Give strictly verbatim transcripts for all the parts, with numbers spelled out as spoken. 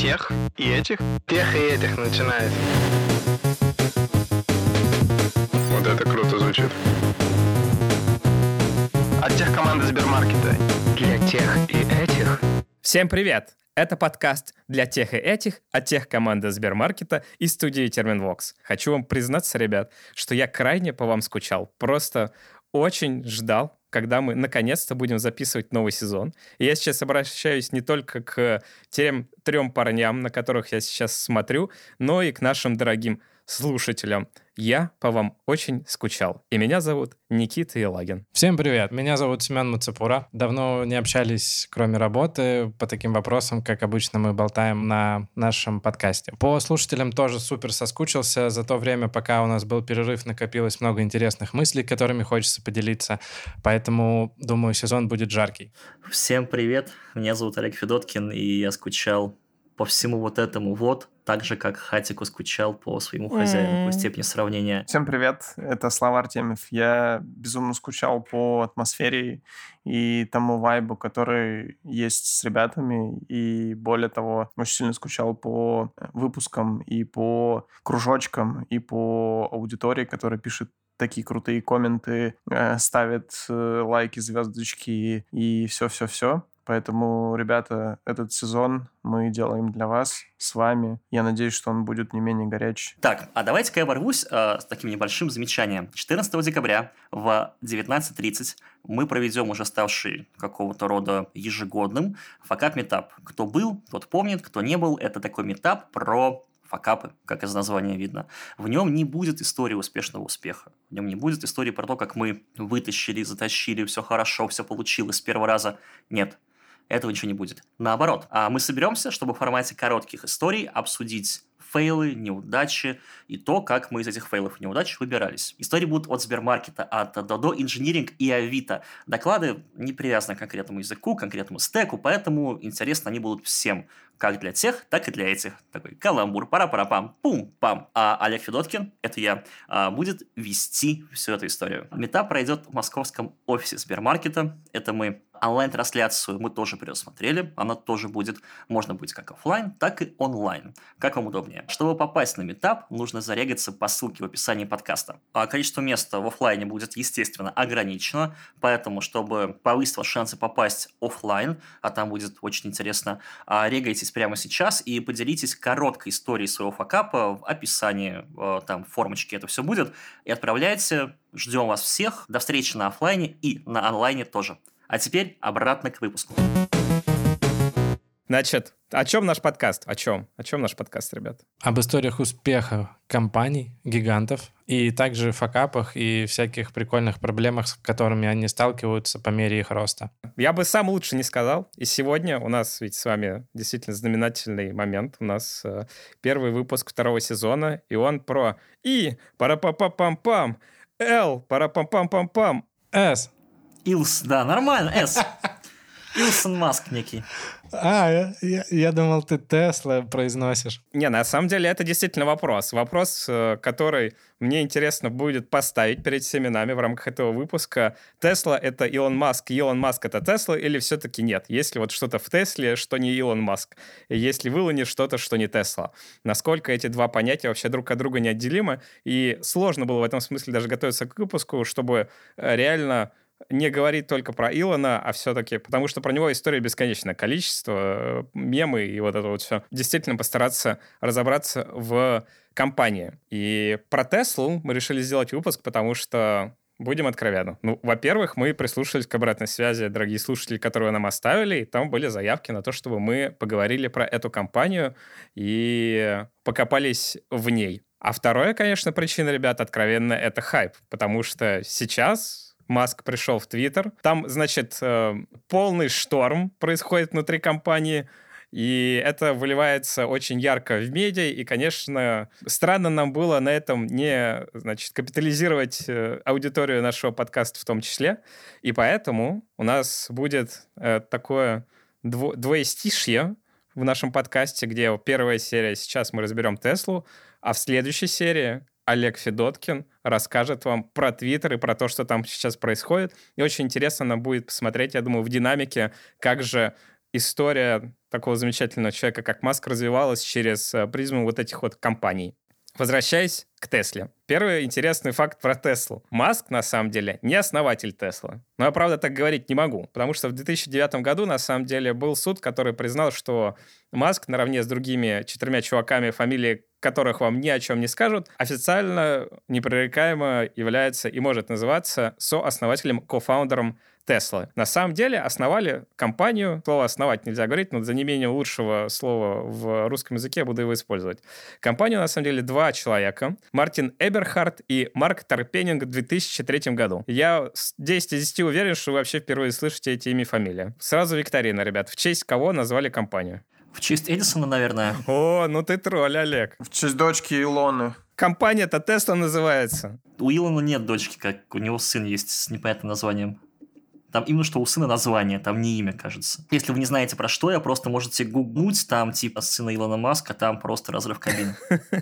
Тех и этих? Тех и этих начинается. Вот это круто звучит. От техкоманды Сбермаркета. Для тех и этих. Всем привет! Это подкаст «Для тех и этих» от техкоманды Сбермаркета и студии Терминвокс. Хочу вам признаться, ребят, что я крайне по вам скучал. Просто очень ждал, когда мы наконец-то будем записывать новый сезон. И я сейчас обращаюсь не только к тем трем парням, на которых я сейчас смотрю, но и к нашим дорогим слушателям. Я по вам очень скучал. И меня зовут Никита Елагин. Всем привет, меня зовут Семен Мацепура. Давно не общались, кроме работы, по таким вопросам, как обычно мы болтаем на нашем подкасте. По слушателям тоже супер соскучился. За то время, пока у нас был перерыв, накопилось много интересных мыслей, которыми хочется поделиться. Поэтому, думаю, сезон будет жаркий. Всем привет, меня зовут Олег Федоткин, и я скучал по всему вот этому вот, так же, как Хатику скучал по своему хозяину, по степени сравнения. Всем привет, это Слава Артемьев. Я безумно скучал по атмосфере и тому вайбу, который есть с ребятами, и более того, очень сильно скучал по выпускам и по кружочкам, и по аудитории, которая пишет такие крутые комменты, ставит лайки, звездочки и все-все-все. Поэтому, ребята, этот сезон мы делаем для вас, с вами. Я надеюсь, что он будет не менее горяч. Так, а давайте-ка я ворвусь э, с таким небольшим замечанием. четырнадцатого декабря в девятнадцать тридцать мы проведем уже ставший какого-то рода ежегодным факап метап. Кто был, тот помнит, кто не был. Это такой метап про факапы, как из названия видно. В нем не будет истории успешного успеха. В нем не будет истории про то, как мы вытащили, затащили, все хорошо, все получилось с первого раза. Нет. Этого ничего не будет. Наоборот, мы соберемся, чтобы в формате коротких историй обсудить фейлы, неудачи и то, как мы из этих фейлов и неудач выбирались. Истории будут от Сбермаркета, от Dodo Engineering и Авито. Доклады не привязаны к конкретному языку, к конкретному стеку, поэтому интересно они будут всем. Как для тех, так и для этих. Такой каламбур, пара-пара-пам, пум-пам. А Олег Федоткин, это я, будет вести всю эту историю. Метап пройдет в московском офисе Сбермаркета. Это мы онлайн-трансляцию мы тоже предусмотрели. Она тоже будет. Можно быть как офлайн, так и онлайн. Как вам удобнее. Чтобы попасть на метап, нужно зарегаться по ссылке в описании подкаста. А количество места в офлайне будет, естественно, ограничено. Поэтому, чтобы повысить ваши шансы попасть офлайн, а там будет очень интересно, регайтесь прямо сейчас и поделитесь короткой историей своего факапа в описании, там, формочки это все будет, и отправляйте. Ждем вас всех. До встречи на офлайне и на онлайне тоже. А теперь обратно к выпуску. Значит, о чем наш подкаст? О чем? О чем наш подкаст, ребят? Об историях успеха компаний, гигантов, и также факапах и всяких прикольных проблемах, с которыми они сталкиваются по мере их роста. Я бы сам лучше не сказал. И сегодня у нас ведь с вами действительно знаменательный момент. У нас э, первый выпуск второго сезона, и он про И, пара-па-па-пам-пам, Л, пара-пам-пам-пам-пам, С. Илс, да, нормально, С. Илсон Маск некий. А, я, я, я думал, ты Тесла произносишь. Не, на самом деле это действительно вопрос. Вопрос, который мне интересно будет поставить перед всеми нами в рамках этого выпуска. Тесла — это Илон Маск, Илон Маск — это Тесла, или все-таки нет? Есть ли вот что-то в Тесле, что не Илон Маск? И есть ли в Илоне что-то, что не Тесла? Насколько эти два понятия вообще друг от друга неотделимы? И сложно было в этом смысле даже готовиться к выпуску, чтобы реально не говорить только про Илона, а все-таки, потому что про него история бесконечное количество, мемы и вот это вот все. Действительно постараться разобраться в компании. И про Теслу мы решили сделать выпуск, потому что, будем откровенны, ну, во-первых, мы прислушались к обратной связи, дорогие слушатели, которые нам оставили, и там были заявки на то, чтобы мы поговорили про эту компанию и покопались в ней. А вторая, конечно, причина, ребят, откровенно, это хайп, потому что сейчас Маск пришел в Твиттер. Там, значит, полный шторм происходит внутри компании, и это выливается очень ярко в медиа, и, конечно, странно нам было на этом не, значит, капитализировать аудиторию нашего подкаста в том числе, и поэтому у нас будет такое дво- двоестишье в нашем подкасте, где первая серия, сейчас мы разберем Теслу, а в следующей серии Олег Федоткин расскажет вам про Твиттер и про то, что там сейчас происходит. И очень интересно нам будет посмотреть, я думаю, в динамике, как же история такого замечательного человека, как Маск, развивалась через э, призму вот этих вот компаний. Возвращаясь к Тесле. Первый интересный факт про Теслу. Маск, на самом деле, не основатель Теслы. Но я, правда, так говорить не могу, потому что в две тысячи девятом году, на самом деле, был суд, который признал, что Маск, наравне с другими четырьмя чуваками, фамилии которых вам ни о чем не скажут, официально, непререкаемо является и может называться сооснователем, кофаундером Tesla. На самом деле основали компанию, слово «основать» нельзя говорить, но за неимением лучшего слова в русском языке я буду его использовать. Компанию, на самом деле, два человека. Мартин Эберхард и Марк Тарпенинг в две тысячи третьем году. Я десять из десяти уверен, что вы вообще впервые слышите эти имя и фамилии. Сразу викторина, ребят. В честь кого назвали компанию? В честь Эдисона, наверное. О, ну ты тролль, Олег. В честь дочки Илоны. Компания-то Tesla называется. У Илона нет дочки, как у него сын есть с непонятным названием. Там именно что у сына название, там не имя, кажется. Если вы не знаете, про что я, просто можете гуглить, там типа сына Илона Маска, там просто разрыв кабины.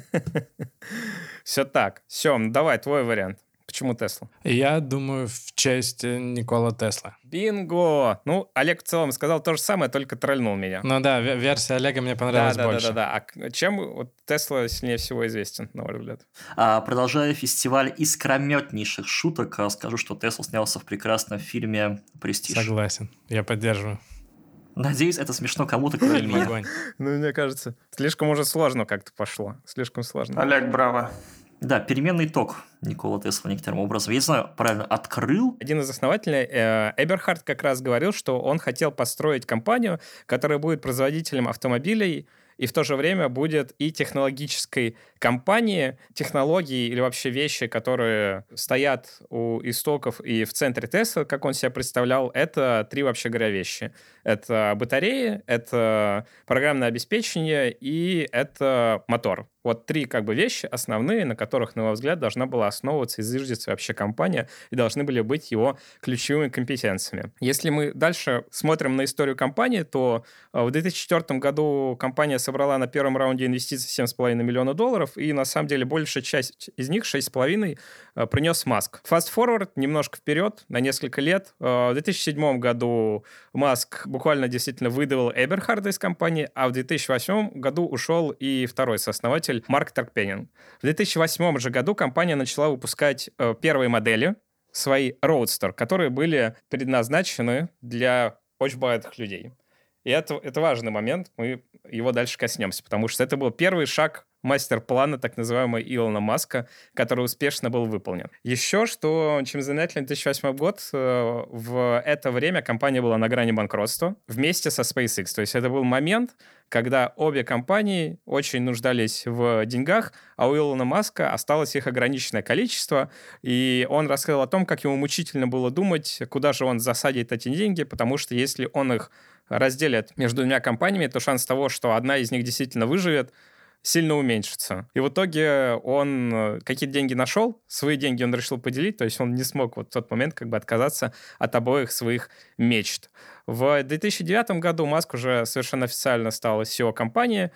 Все так. Сем, давай, твой вариант. Почему Тесла? Я думаю, в честь Никола Тесла. Бинго! Ну, Олег в целом сказал то же самое, только тролльнул меня. Ну да, ве- версия Олега мне понравилась да, да, больше. Да, да, да. А чем вот Тесла сильнее всего известен, на ваш взгляд? А, продолжая фестиваль искрометнейших шуток, скажу, что Тесла снялся в прекрасном фильме «Престиж». Согласен, я поддерживаю. Надеюсь, это смешно кому-то, кроме меня. Огонь. Ну, мне кажется, слишком уже сложно как-то пошло. Слишком сложно. Олег, браво. Да, переменный ток Никола Тесла некоторым образом. Я не знаю, правильно, открыл. Один из основателей, э, Эберхард, как раз говорил, что он хотел построить компанию, которая будет производителем автомобилей и в то же время будет и технологической компанией. Технологии или вообще вещи, которые стоят у истоков и в центре Tesla, как он себя представлял, это три, вообще говоря, вещи. Это батареи, это программное обеспечение и это мотор. Вот три как бы вещи основные, на которых, на мой взгляд, должна была основываться и зиждется вообще компания, и должны были быть его ключевыми компетенциями. Если мы дальше смотрим на историю компании, то в две тысячи четвёртом году компания собрала на первом раунде инвестиций семь с половиной миллиона долларов, и на самом деле большая часть из них, шесть с половиной, принес Маск. Fast forward, немножко вперед, на несколько лет. В две тысячи седьмом году Маск буквально действительно выдавил Эберхарда из компании, а в две тысячи восьмом году ушел и второй сооснователь Марк Тарпенинг. В две тысячи восьмом же году компания начала выпускать э, первые модели, свои Roadster, которые были предназначены для очень богатых людей. И это, это важный момент, мы его дальше коснемся, потому что это был первый шаг мастер-плана, так называемого Илона Маска, который успешно был выполнен. Еще что, чем знаменателен две тысячи восьмой год, э, в это время компания была на грани банкротства вместе со SpaceX. То есть это был момент, когда обе компании очень нуждались в деньгах, а у Илона Маска осталось их ограниченное количество, и он рассказал о том, как ему мучительно было думать, куда же он засадит эти деньги, потому что если он их разделит между двумя компаниями, то шанс того, что одна из них действительно выживет, сильно уменьшится. И в итоге он какие-то деньги нашел, свои деньги он решил поделить, то есть он не смог вот в тот момент как бы отказаться от обоих своих мечт. В две тысячи девятом году Маск уже совершенно официально стал си и о компании,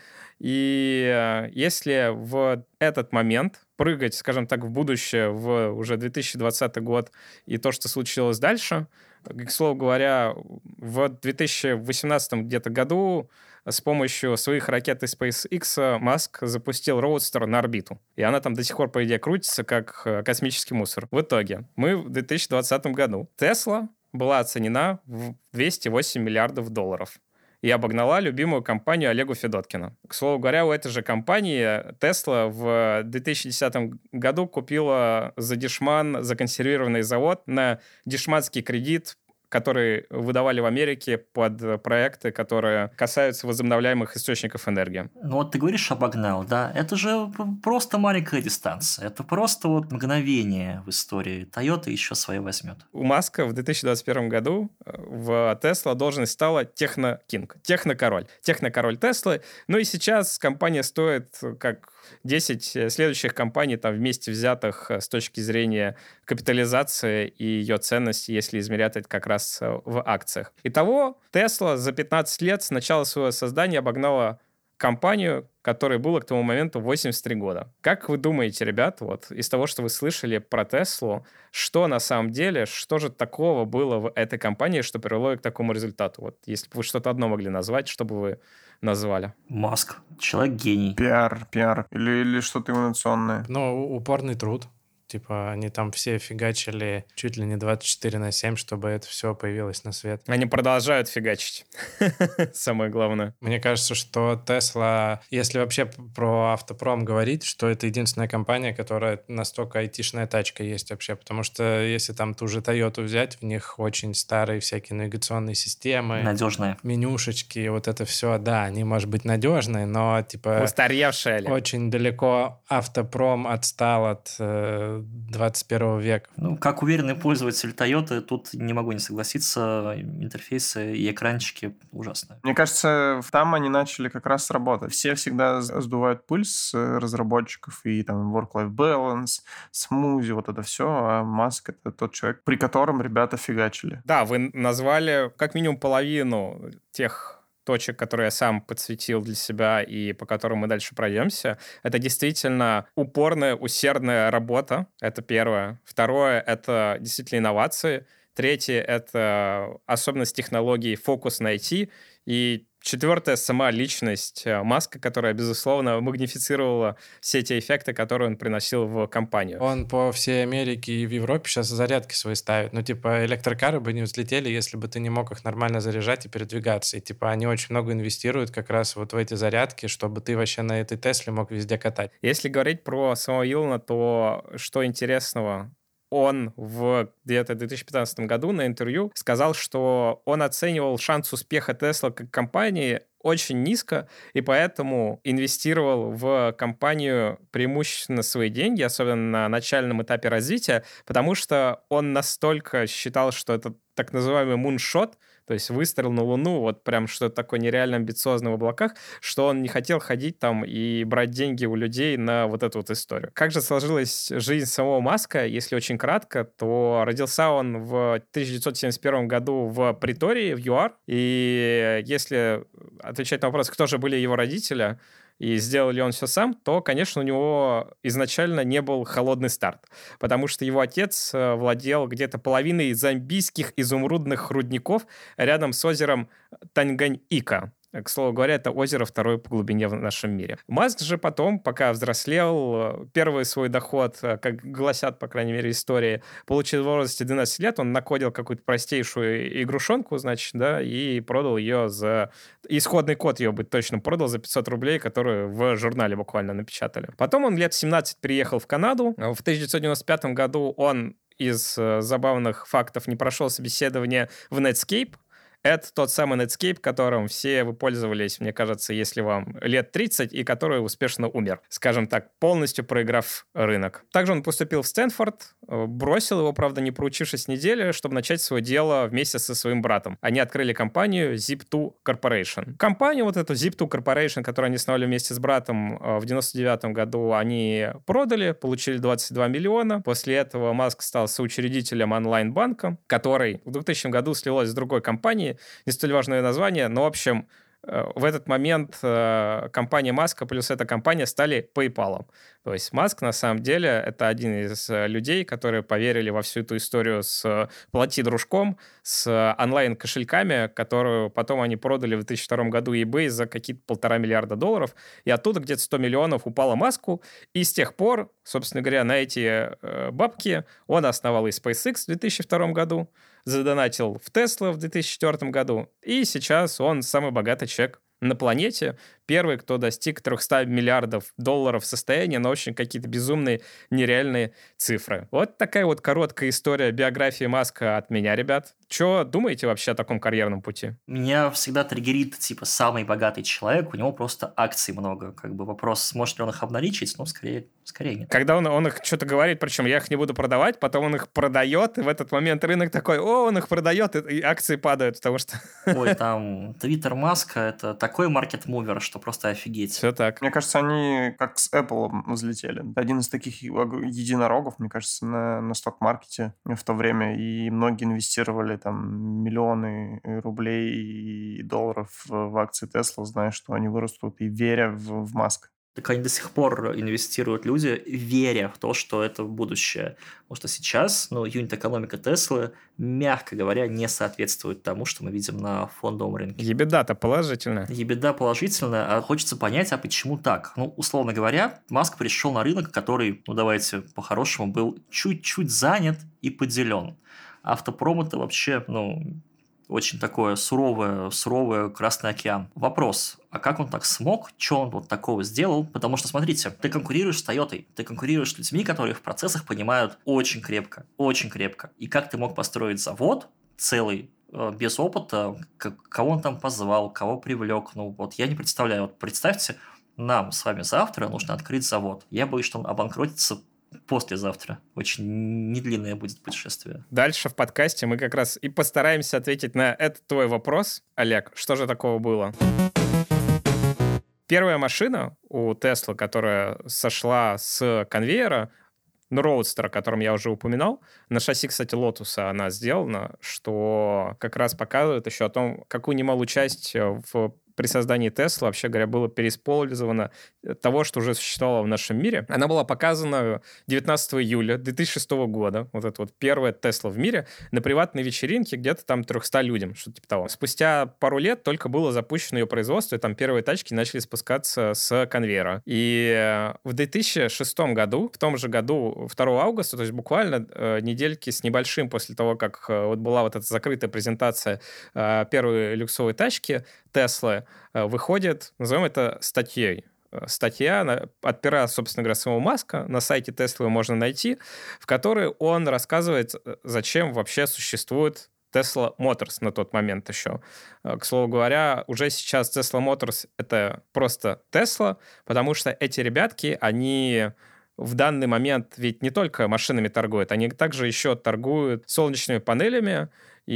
и если в этот момент прыгать, скажем так, в будущее, в уже две тысячи двадцатый год и то, что случилось дальше, к слову говоря, в две тысячи восемнадцатом где-то году с помощью своих ракет из SpaceX Маск запустил Roadster на орбиту. И она там до сих пор, по идее, крутится, как космический мусор. В итоге мы в две тысячи двадцатом году. Tesla была оценена в двести восемь миллиардов долларов. И обогнала любимую компанию Олегу Федоткина. К слову говоря, у этой же компании Tesla в две тысячи десятом году купила за дешман законсервированный завод на дешманский кредит, которые выдавали в Америке под проекты, которые касаются возобновляемых источников энергии. Ну вот ты говоришь обогнал, да? Это же просто маленькая дистанция. Это просто вот мгновение в истории. Toyota еще свое возьмет. У Маска в две тысячи двадцать первом году в Tesla должность стала техно-кинг, техно-король. Техно-король Теслы. Ну и сейчас компания стоит как десять следующих компаний там вместе взятых с точки зрения капитализации и ее ценности, если измерять это как раз в акциях. Итого, Tesla за пятнадцать лет с начала своего создания обогнала компанию, который было к тому моменту восемьдесят три года. Как вы думаете, ребят, вот из того, что вы слышали про Теслу, что на самом деле, что же такого было в этой компании, что привело к такому результату? Вот если бы вы что-то одно могли назвать, что бы вы назвали? Маск. Человек-гений. Пиар, пиар. Или, или что-то инновационное. Ну, упорный труд. Типа, они там все фигачили чуть ли не двадцать четыре на семь, чтобы это все появилось на свет. Они продолжают фигачить. Самое главное. Мне кажется, что Tesla, если вообще про автопром говорить, что это единственная компания, которая настолько айтишная тачка есть вообще. Потому что если там ту же Toyota взять, в них очень старые всякие навигационные системы. Надежная. Менюшечки, вот это все, да, они, может быть, надежные, но типа... Устаревшие ли? Очень далеко автопром отстал от э, двадцать первого века. Ну, как уверенный пользователь Toyota, тут не могу не согласиться. Интерфейсы и экранчики ужасные. Мне кажется, там они начали как раз работать. Все всегда сдувают пыль с разработчиков и там work-life balance, смузи, вот это все. А Маск — это тот человек, при котором ребята фигачили. Да, вы назвали как минимум половину тех точек, которые я сам подсветил для себя и по которым мы дальше пройдемся. Это действительно упорная, усердная работа. Это первое. Второе — это действительно инновации. Третье — это особенность технологий, фокус на ай ти. И четвертое — сама личность Маска, которая, безусловно, магнифицировала все те эффекты, которые он приносил в компанию. Он по всей Америке и в Европе сейчас зарядки свои ставит. Ну, типа, электрокары бы не взлетели, если бы ты не мог их нормально заряжать и передвигаться. И, типа, они очень много инвестируют как раз вот в эти зарядки, чтобы ты вообще на этой Тесле мог везде катать. Если говорить про самого Илона, то что интересного? Он в где-то две тысячи пятнадцатом году на интервью сказал, что он оценивал шанс успеха Tesla как компании очень низко, и поэтому инвестировал в компанию преимущественно свои деньги, особенно на начальном этапе развития, потому что он настолько считал, что это так называемый муншот, то есть выстрел на Луну, вот прям что-то такое нереально амбициозное в облаках, что он не хотел ходить там и брать деньги у людей на вот эту вот историю. Как же сложилась жизнь самого Маска? Если очень кратко, то родился он в тысяча девятьсот семьдесят первом году в Притории, в ЮАР, и если отвечать на вопрос, кто же были его родители, и сделал ли он все сам, то, конечно, у него изначально не был холодный старт, потому что его отец владел где-то половиной замбийских изумрудных рудников рядом с озером Танганьика. К слову говоря, это озеро второе по глубине в нашем мире. Маск же потом, пока взрослел, первый свой доход, как гласят, по крайней мере, истории, получил в возрасте двенадцати лет. Он накодил какую-то простейшую игрушонку, значит, да, и продал ее за... Исходный код ее, быть точно, продал за пятьсот рублей, которую в журнале буквально напечатали. Потом он лет семнадцать приехал в Канаду. В тысяча девятьсот девяносто пятом году он из забавных фактов не прошел собеседование в Netscape. Это тот самый Netscape, которым все вы пользовались, мне кажется, если вам лет тридцать, и который успешно умер, скажем так, полностью проиграв рынок. Также он поступил в Стэнфорд, бросил его, правда, не проучившись неделю, чтобы начать свое дело вместе со своим братом. Они открыли компанию зип два Corporation. Компанию вот эту зип два Corporation, которую они основали вместе с братом в девяносто девятом году, они продали, получили двадцать два миллиона. После этого Маск стал соучредителем онлайн-банка, который в двухтысячном году слилось с другой компанией, не столь важное название, но, в общем, в этот момент компания Маска плюс эта компания стали PayPal. То есть Маск, на самом деле, это один из людей, которые поверили во всю эту историю с «плати дружком», с онлайн-кошельками, которую потом они продали в две тысячи втором году eBay за какие-то полтора миллиарда долларов, и оттуда где-то сто миллионов упало Маску, и с тех пор, собственно говоря, на эти бабки он основал и SpaceX в две тысячи втором году, задонатил в Tesla в две тысячи четвёртом году, и сейчас он самый богатый человек на планете, первый, кто достиг триста миллиардов долларов состояния на очень какие-то безумные, нереальные цифры. Вот такая вот короткая история биографии Маска от меня, ребят. Что думаете вообще о таком карьерном пути? Меня всегда триггерит, типа, самый богатый человек, у него просто акций много. Как бы вопрос, сможет ли он их обналичить, но скорее, скорее нет. Когда он, он их что-то говорит, причем я их не буду продавать, потом он их продает, и в этот момент рынок такой, о, он их продает, и акции падают, потому что... Ой, там, Твиттер Маска — это такой маркет-мувер, что что просто офигеть. Все так. Мне кажется, они как с Apple взлетели. Один из таких единорогов, мне кажется, на, на сток-маркете в то время. И многие инвестировали там миллионы рублей и долларов в акции Tesla, зная, что они вырастут, и веря в, в Маска. Так они до сих пор инвестируют люди, веря в то, что это будущее. Потому что сейчас, ну, юнит-экономика Теслы, мягко говоря, не соответствует тому, что мы видим на фондовом рынке. Ебеда-то положительная. Ебеда положительная, а хочется понять, а почему так? Ну, условно говоря, Маск пришел на рынок, который, ну, давайте по-хорошему, был чуть-чуть занят и поделен. Автопром – это вообще, ну... очень такое суровое, суровое Красный океан. Вопрос, а как он так смог? Что он вот такого сделал? Потому что, смотрите, ты конкурируешь с Тойотой, ты конкурируешь с людьми, которые в процессах понимают очень крепко, очень крепко. И как ты мог построить завод целый, без опыта, кого он там позвал, кого привлек? Ну, вот я не представляю. Вот представьте, нам с вами завтра нужно открыть завод. Я боюсь, что он обанкротится послезавтра. Очень недлинное будет путешествие. Дальше в подкасте мы как раз и постараемся ответить на этот твой вопрос, Олег. Что же такого было? Первая машина у Tesla, которая сошла с конвейера, ну, Роудстер, о котором я уже упоминал, на шасси, кстати, Лотуса она сделана, что как раз показывает еще о том, какую немалую часть в при создании Tesla, вообще говоря, было переиспользовано того, что уже существовало в нашем мире. Она была показана девятнадцатого июля две тысячи шестого года, вот это вот первая Tesla в мире, на приватной вечеринке где-то там триста людям, что-то типа того. Спустя пару лет только было запущено ее производство, и там первые тачки начали спускаться с конвейера. И в две тысячи шестом году, в том же году, второго августа, то есть буквально э, недельки с небольшим после того, как э, вот была вот эта закрытая презентация э, первой люксовой тачки Tesla, выходит, назовем это статьей. Статья от пера, собственно говоря, самого Маска, на сайте Tesla можно найти, в которой он рассказывает, зачем вообще существует Tesla Motors на тот момент еще. К слову говоря, уже сейчас Tesla Motors — это просто Tesla, потому что эти ребятки, они в данный момент ведь не только машинами торгуют, они также еще торгуют солнечными панелями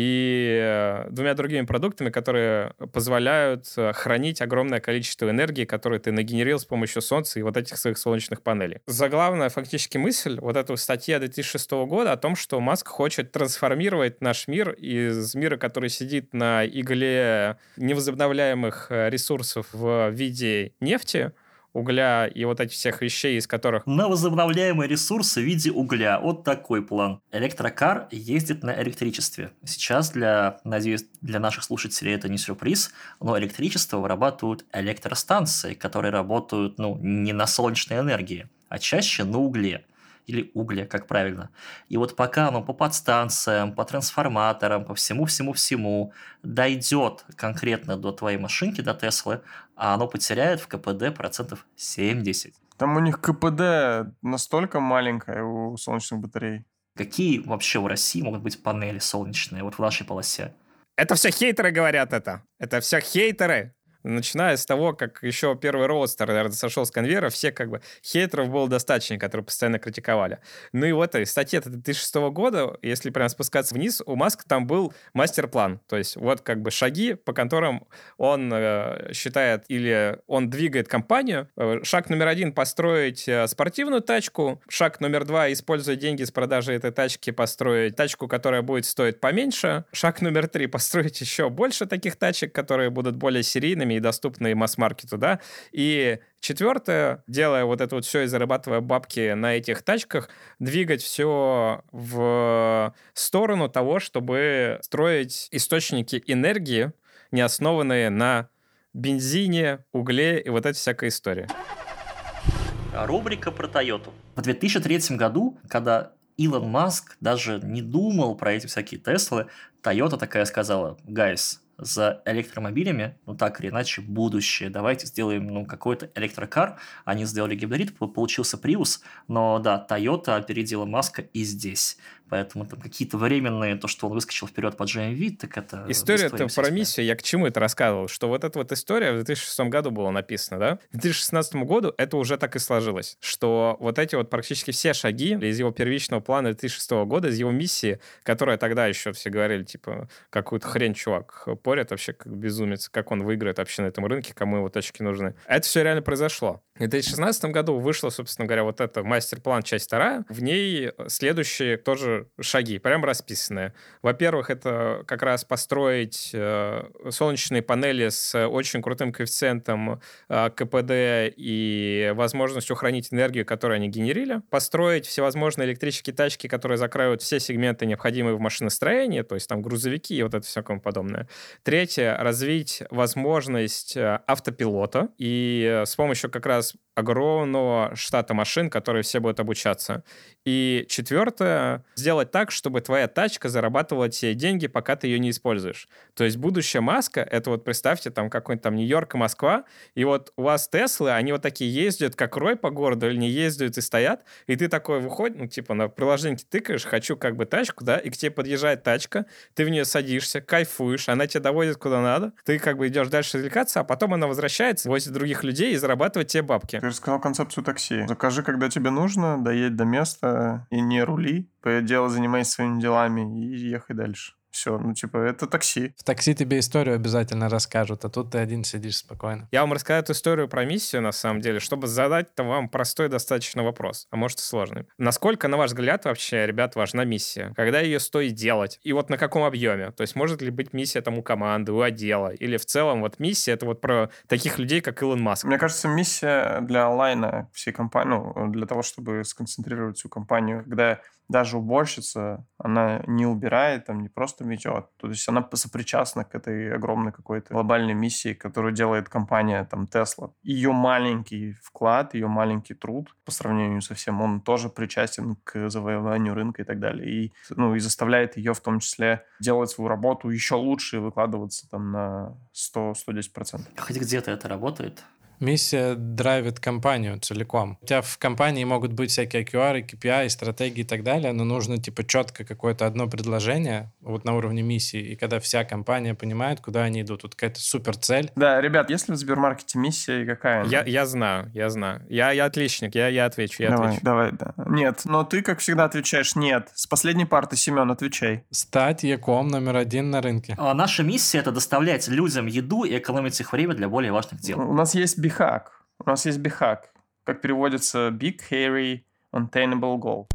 и двумя другими продуктами, которые позволяют хранить огромное количество энергии, которую ты нагенерил с помощью солнца и вот этих своих солнечных панелей. Заглавная фактически мысль вот этой статьи две тысячи шестого года о том, что Маск хочет трансформировать наш мир из мира, который сидит на игле невозобновляемых ресурсов в виде нефти, угля и вот этих всех вещей, из которых... На возобновляемые ресурсы в виде угля. Вот такой план. Электрокар ездит на электричестве. Сейчас, для, надеюсь, для наших слушателей это не сюрприз, но электричество вырабатывают электростанции, которые работают, ну, не на солнечной энергии, а чаще на угле. Или угля, как правильно. И вот пока оно по подстанциям, по трансформаторам, по всему-всему-всему дойдет конкретно до твоей машинки, до Теслы, а оно потеряет в КПД процентов семьдесят. Там у них КПД настолько маленькое у солнечных батарей. Какие вообще в России могут быть панели солнечные вот в нашей полосе? Это все хейтеры говорят это. Это все хейтеры. Начиная с того, как еще первый Роудстер, наверное, сошел с конвейера, все как бы хейтеров было достаточно, которые постоянно критиковали. Ну и в этой статье две тысячи шестого года, если прям спускаться вниз, у Маска там был мастер-план. То есть вот как бы шаги, по которым он э, считает или он двигает компанию. Шаг номер один — построить спортивную тачку. Шаг номер два — используя деньги с продажи этой тачки, построить тачку, которая будет стоить поменьше. Шаг номер три — построить еще больше таких тачек, которые будут более серийными и доступные масс-маркету, да, и четвертое, делая вот это вот все и зарабатывая бабки на этих тачках, двигать все в сторону того, чтобы строить источники энергии, не основанные на бензине, угле и вот эта всякая история. Рубрика про Тойоту. В две тысячи третьем году, когда Илон Маск даже не думал про эти всякие Теслы, Тойота такая сказала: «Гайс, за электромобилями, ну так или иначе, будущее. Давайте сделаем, ну, какой-то электрокар». Они сделали гибрид, получился Prius, но да, Toyota опередила Маска и здесь. Поэтому там какие-то временные, то, что он выскочил вперед по джи эм ви, так это... История-то про миссию, я к чему это рассказывал? Что вот эта вот история в две тысячи шестом году была написана, да? В две тысячи шестнадцатом году это уже так и сложилось, что вот эти вот практически все шаги из его первичного плана две тысячи шестого года, из его миссии, которая тогда еще все говорили, типа, какую-то хрень, чувак, спорят вообще как безумец, как он выиграет вообще на этом рынке, кому его тачки нужны. Это все реально произошло. В две тысячи шестнадцатом году вышла, собственно говоря, вот эта мастер-план, часть вторая. В ней следующие тоже шаги, прям расписанные. Во-первых, это как раз построить э, солнечные панели с очень крутым коэффициентом э, КПД и возможностью хранить энергию, которую они генерили. Построить всевозможные электрические тачки, которые закраивают все сегменты, необходимые в машиностроении, то есть там грузовики и вот это все тому подобное. Третье — развить возможность автопилота и с помощью как раз огромного штата машин, которые все будут обучаться. И четвертое — сделать так, чтобы твоя тачка зарабатывала тебе деньги, пока ты ее не используешь. То есть будущее Маска — это вот представьте, там какой-нибудь там Нью-Йорк и Москва, и вот у вас Теслы, они вот такие ездят, как рой по городу, или не ездят и стоят, и ты такой выходишь, ну, типа, на приложении тыкаешь, хочу как бы тачку, да, и к тебе подъезжает тачка, ты в нее садишься, кайфуешь, она тебя доводит куда надо, ты как бы идешь дальше развлекаться, а потом она возвращается, возит других людей и зарабатывает тебе бабки. Ты рассказал концепцию такси. Закажи, когда тебе нужно, доедь до места и не рули, по делу занимайся своими делами и ехай дальше. Все, ну, типа, это такси. В такси тебе историю обязательно расскажут, а тут ты один сидишь спокойно. Я вам расскажу эту историю про миссию, на самом деле, чтобы задать-то вам простой достаточно вопрос, а может и сложный. Насколько, на ваш взгляд, вообще, ребят, важна миссия? Когда ее стоит делать? И вот на каком объеме? То есть может ли быть миссия там у команды, у отдела? Или в целом вот миссия — это вот про таких людей, как Илон Маск? Мне кажется, миссия для онлайна всей компании, ну, для того, чтобы сконцентрировать всю компанию, когда даже уборщица, она не убирает, там, не просто метет. То есть она сопричастна к этой огромной какой-то глобальной миссии, которую делает компания, там, Tesla. Ее маленький вклад, ее маленький труд по сравнению со всем, он тоже причастен к завоеванию рынка и так далее. И, ну, и заставляет ее в том числе делать свою работу еще лучше и выкладываться там на сто - сто десять процентов. Хоть где-то это работает? Миссия драйвит компанию целиком. У тебя в компании могут быть всякие эй кью ар, кей пи ай, стратегии и так далее, но нужно типа четко какое-то одно предложение вот на уровне миссии, и когда вся компания понимает, куда они идут. Тут какая-то супер цель. Да, ребят, есть ли в Сбермаркете миссия и какая она? Я, я знаю, я знаю. Я, я отличник, я, я отвечу, я давай, отвечу. Давай, да. Нет, но ты, как всегда, отвечаешь нет. С последней парты, Семен, отвечай. Стать яком номер один на рынке. А наша миссия – это доставлять людям еду и экономить их время для более важных дел. У нас есть бихак. У нас есть бихак. Как переводится Big, Hairy, Unattainable Goal.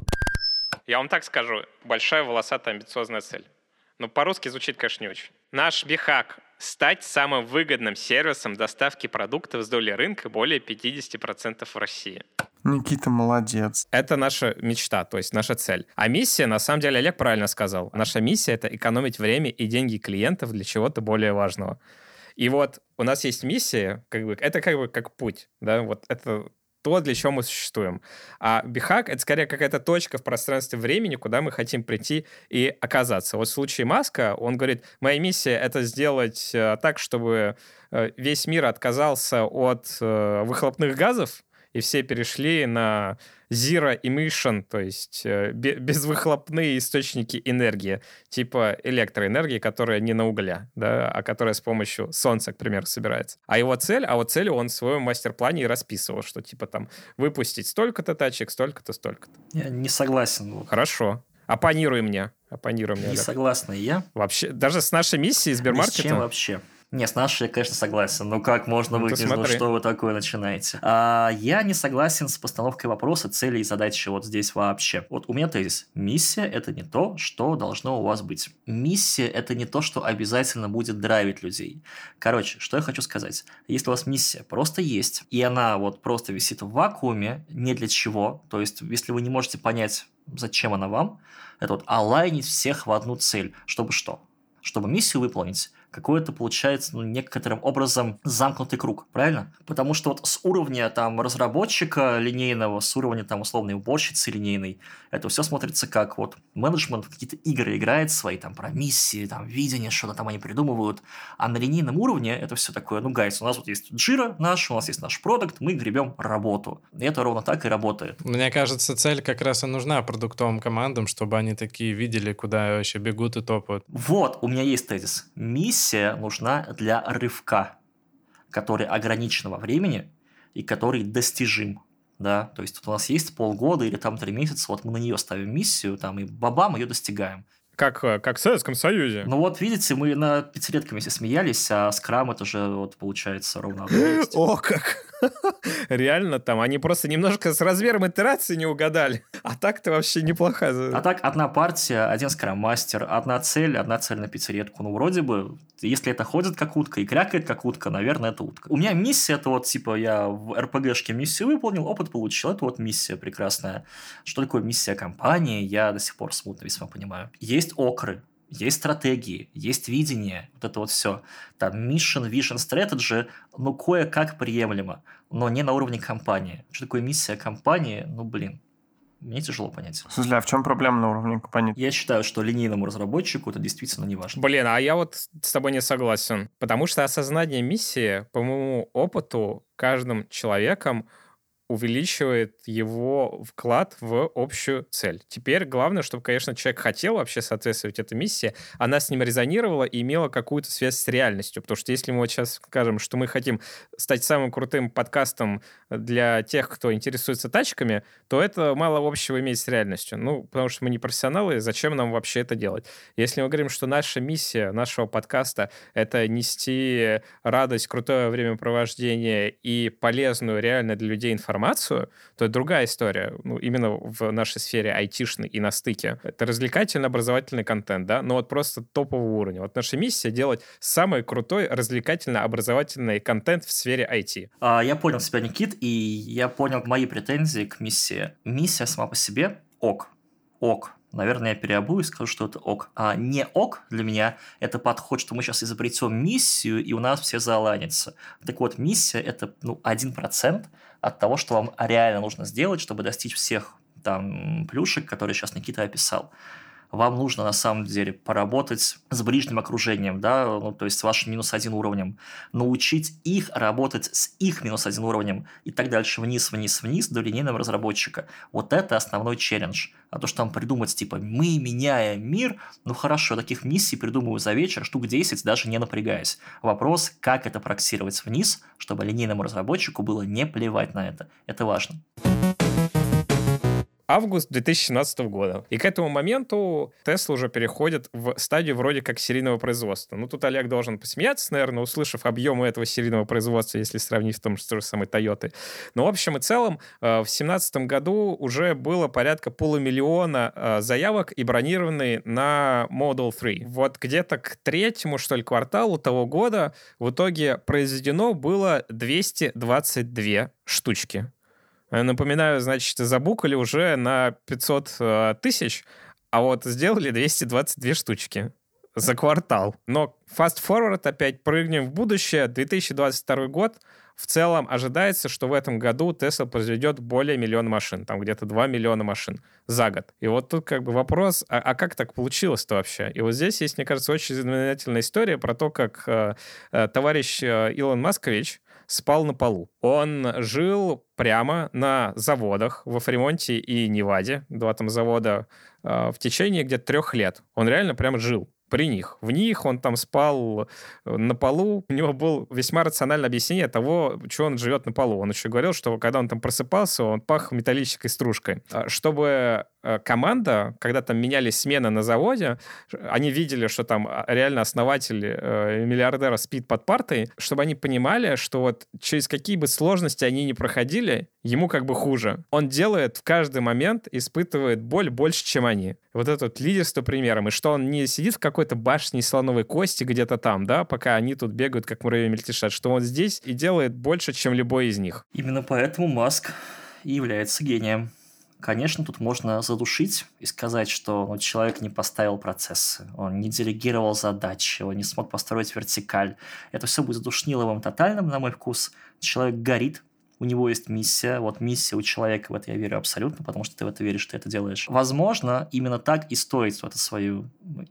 Я вам так скажу. Большая, волосатая, амбициозная цель. Но по-русски звучит, конечно, не очень. Наш бихак — стать самым выгодным сервисом доставки продуктов с долей рынка более пятьдесят процентов в России. Никита, молодец. Это наша мечта, то есть наша цель. А миссия, на самом деле, Олег правильно сказал. Наша миссия — это экономить время и деньги клиентов для чего-то более важного. И вот у нас есть миссия, как бы, это как бы как путь, да, вот это то, для чего мы существуем. А бихак — это скорее какая-то точка в пространстве времени, куда мы хотим прийти и оказаться. Вот в случае Маска он говорит, моя миссия — это сделать э, так, чтобы э, весь мир отказался от э, выхлопных газов, и все перешли на zero emission, то есть э, безвыхлопные источники энергии, типа электроэнергии, которая не на угля, да, а которая с помощью солнца, к примеру, собирается. А его цель, а вот цель он в своем мастер-плане и расписывал, что типа там выпустить столько-то тачек, столько-то, столько-то. Я не согласен. Хорошо. Оппонируй мне. Оппонируй мне. Не Олег. согласна и я. Вообще, даже с нашей миссией Сбермаркета... Ни с чем вообще. Не, с нашей я, конечно, согласен. Но как можно Ну, выйти? Ну, что вы такое начинаете? А, я не согласен с постановкой вопроса, цели и задачи вот здесь вообще. Вот у меня тезис. Миссия – это не то, что должно у вас быть. Миссия – это не то, что обязательно будет драйвить людей. Короче, что я хочу сказать. Если у вас миссия просто есть, и она вот просто висит в вакууме, не для чего, то есть если вы не можете понять, зачем она вам, это вот алайнить всех в одну цель. Чтобы что? Чтобы миссию выполнить, какой-то, получается, ну, некоторым образом замкнутый круг, правильно? Потому что вот с уровня там разработчика линейного, с уровня там условной уборщицы линейной, это все смотрится как вот менеджмент какие-то игры играет свои, там, про миссии, там, видение, что-то там они придумывают, а на линейном уровне это все такое, ну, гайс, у нас вот есть Jira наш, у нас есть наш продукт, мы гребем работу. И это ровно так и работает. Мне кажется, цель как раз и нужна продуктовым командам, чтобы они такие видели, куда вообще бегут и топают. Вот, у меня есть тезис. Миссия нужна для рывка, который ограниченного времени и который достижим. Да? То есть вот у нас есть полгода или там три месяца, вот мы на нее ставим миссию, там, и бабам ее достигаем. Как, как в Советском Союзе. Ну вот, видите, мы на пятилетками все смеялись, а скрам это же, вот, получается, ровно одно есть. О, как! Реально там, они просто немножко с размером итерации не угадали. А так-то вообще неплохо. А так, одна партия, один скрам-мастер, одна цель, одна цель на пятилетку. Ну, вроде бы, если это ходит как утка и крякает как утка, наверное, это утка. У меня миссия, это вот, типа, я в эр пи гэшке миссию выполнил, опыт получил. Это вот миссия прекрасная. Что такое миссия компании, я до сих пор смутно весьма понимаю. Есть окры, есть стратегии, есть видение, вот это вот все. Там mission, vision, strategy, ну, кое-как приемлемо, но не на уровне компании. Что такое миссия компании? Ну, блин, мне тяжело понять. В смысле, а в чем проблема на уровне компании? Я считаю, что линейному разработчику это действительно не важно. Блин, а я вот с тобой не согласен. Потому что осознание миссии, по моему опыту, каждым человеком увеличивает его вклад в общую цель. Теперь главное, чтобы, конечно, человек хотел вообще соответствовать этой миссии, она с ним резонировала и имела какую-то связь с реальностью. Потому что если мы вот сейчас скажем, что мы хотим стать самым крутым подкастом для тех, кто интересуется тачками, то это мало общего имеет с реальностью. Ну, потому что мы не профессионалы, зачем нам вообще это делать? Если мы говорим, что наша миссия нашего подкаста — это нести радость, крутое времяпровождение и полезную реально для людей информацию, то это другая история. Ну, именно в нашей сфере айтишной и на стыке. Это развлекательно-образовательный контент, да, но вот просто топового уровня. Вот наша миссия — делать самый крутой развлекательно-образовательный контент в сфере ай ти. А, я понял себя, Никит, и я понял мои претензии к миссии. Миссия сама по себе ок. Ок. Наверное, я переобую и скажу, что это ок. А не ок для меня – это подход, что мы сейчас изобретем миссию, и у нас все заланятся. Так вот, миссия – это ну, один процент от того, что вам реально нужно сделать, чтобы достичь всех там плюшек, которые сейчас Никита описал. Вам нужно, на самом деле, поработать с ближним окружением, да, ну, то есть с вашим минус один уровнем, научить их работать с их минус один уровнем и так дальше вниз, вниз, вниз до линейного разработчика. Вот это основной челлендж. А то, что там придумать, типа, мы меняем мир, ну хорошо, таких миссий придумываю за вечер, штук десять, даже не напрягаясь. Вопрос, как это проксировать вниз, чтобы линейному разработчику было не плевать на это. Это важно. Август две тысячи семнадцатого года. И к этому моменту Tesla уже переходит в стадию вроде как серийного производства. Ну, тут Олег должен посмеяться, наверное, услышав объемы этого серийного производства, если сравнить в том же, той же самой Toyota. Но, в общем и целом, в две тысячи семнадцатом году уже было порядка полумиллиона заявок и бронированные на Model три. Вот где-то к третьему, что ли, кварталу того года в итоге произведено было двести двадцать две штучки. Напоминаю, значит, забукали уже на пятьсот тысяч, а вот сделали двести двадцать две штучки за квартал. Но fast forward, опять прыгнем в будущее. две тысячи двадцать второй год. В целом ожидается, что в этом году Tesla произведет более миллиона машин. Там где-то два миллиона машин за год. И вот тут как бы вопрос, а, а как так получилось-то вообще? И вот здесь есть, мне кажется, очень знаменательная история про то, как э, э, товарищ э, Илон Маскович спал на полу. Он жил прямо на заводах во Фримонте и Неваде, два там завода, э, в течение где-то трех лет. Он реально прямо жил при них. В них он там спал на полу. У него было весьма рациональное объяснение того, что он живет на полу. Он еще говорил, что когда он там просыпался, он пах металлической стружкой. Чтобы команда, когда там менялись смены на заводе, они видели, что там реально основатель э, миллиардера спит под партой, чтобы они понимали, что вот через какие бы сложности они ни проходили, ему как бы хуже. Он делает в каждый момент, испытывает боль больше, чем они. Вот это вот лидерство примером. И что он не сидит в какой-то башне из слоновой кости где-то там, да, пока они тут бегают, как муравьи мельтешат, что он здесь и делает больше, чем любой из них. Именно поэтому Маск и является гением. Конечно, тут можно задушить и сказать, что ну, человек не поставил процессы, он не делегировал задачи, он не смог построить вертикаль. Это все будет задушниловым тотальным, на мой вкус. Человек горит, у него есть миссия. Вот миссия у человека, в это я верю абсолютно, потому что ты в это веришь, ты это делаешь. Возможно, именно так и стоит вот эту свою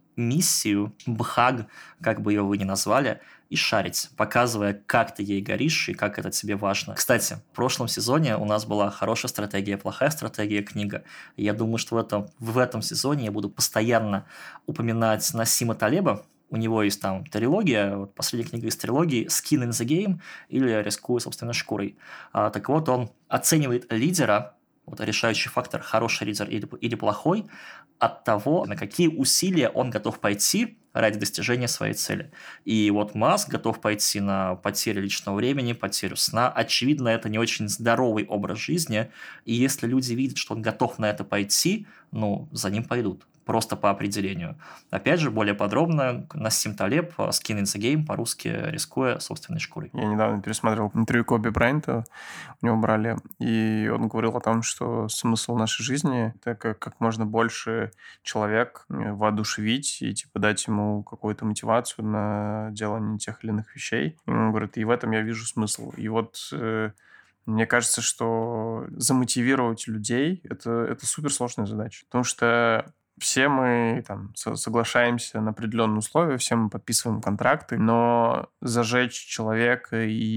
миссию, бхаг, как бы ее вы ни назвали, и шарить, показывая, как ты ей горишь и как это тебе важно. Кстати, в прошлом сезоне у нас была хорошая стратегия, плохая стратегия, книга. И я думаю, что в этом, в этом сезоне я буду постоянно упоминать Насима Талеба. У него есть там трилогия, вот последняя книга из трилогии «Skin in the Game» или «Рискуя собственной шкурой». А, так вот, он оценивает лидера вот решающий фактор, хороший лидер или, или плохой, от того, на какие усилия он готов пойти ради достижения своей цели. И вот Маск готов пойти на потерю личного времени, потерю сна. Очевидно, это не очень здоровый образ жизни. И если люди видят, что он готов на это пойти, ну, за ним пойдут. Просто по определению. Опять же, более подробно, Нассим Талеб, Skin in the Game, по-русски рискуя собственной шкурой. Я недавно пересмотрел интервью Коби Брайанта, у него брали, и он говорил о том, что смысл нашей жизни — это как, как можно больше человек воодушевить и типа дать ему какую-то мотивацию на делание тех или иных вещей. И он говорит, и в этом я вижу смысл. И вот э, мне кажется, что замотивировать людей — это, это суперсложная задача, потому что все мы там соглашаемся на определенные условия, все мы подписываем контракты, но зажечь человека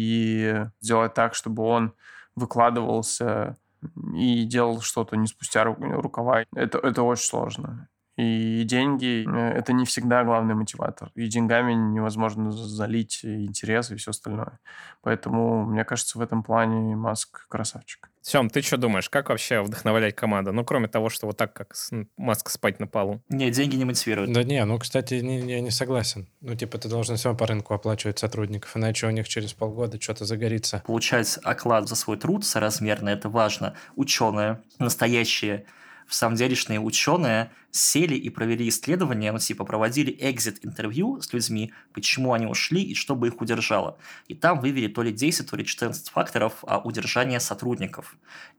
и сделать так, чтобы он выкладывался и делал что-то не спустя рукава, это, это очень сложно. И деньги — это не всегда главный мотиватор. И деньгами невозможно залить интерес и все остальное. Поэтому, мне кажется, в этом плане Маск красавчик. Сем, ты что думаешь, как вообще вдохновлять команду? Ну, кроме того, что вот так, как Маск спать на полу. Не, деньги не мотивируют. Да не, ну, кстати, не, я не согласен. Ну, типа, ты должен все по рынку оплачивать сотрудников, иначе у них через полгода что-то загорится. Получать оклад за свой труд соразмерно, это важно. Ученые, настоящие, в самом делешные ученые сели и провели исследования, ну, типа, проводили экзит-интервью с людьми, почему они ушли и что бы их удержало. И там вывели то ли десять, то ли четырнадцать факторов удержания сотрудников.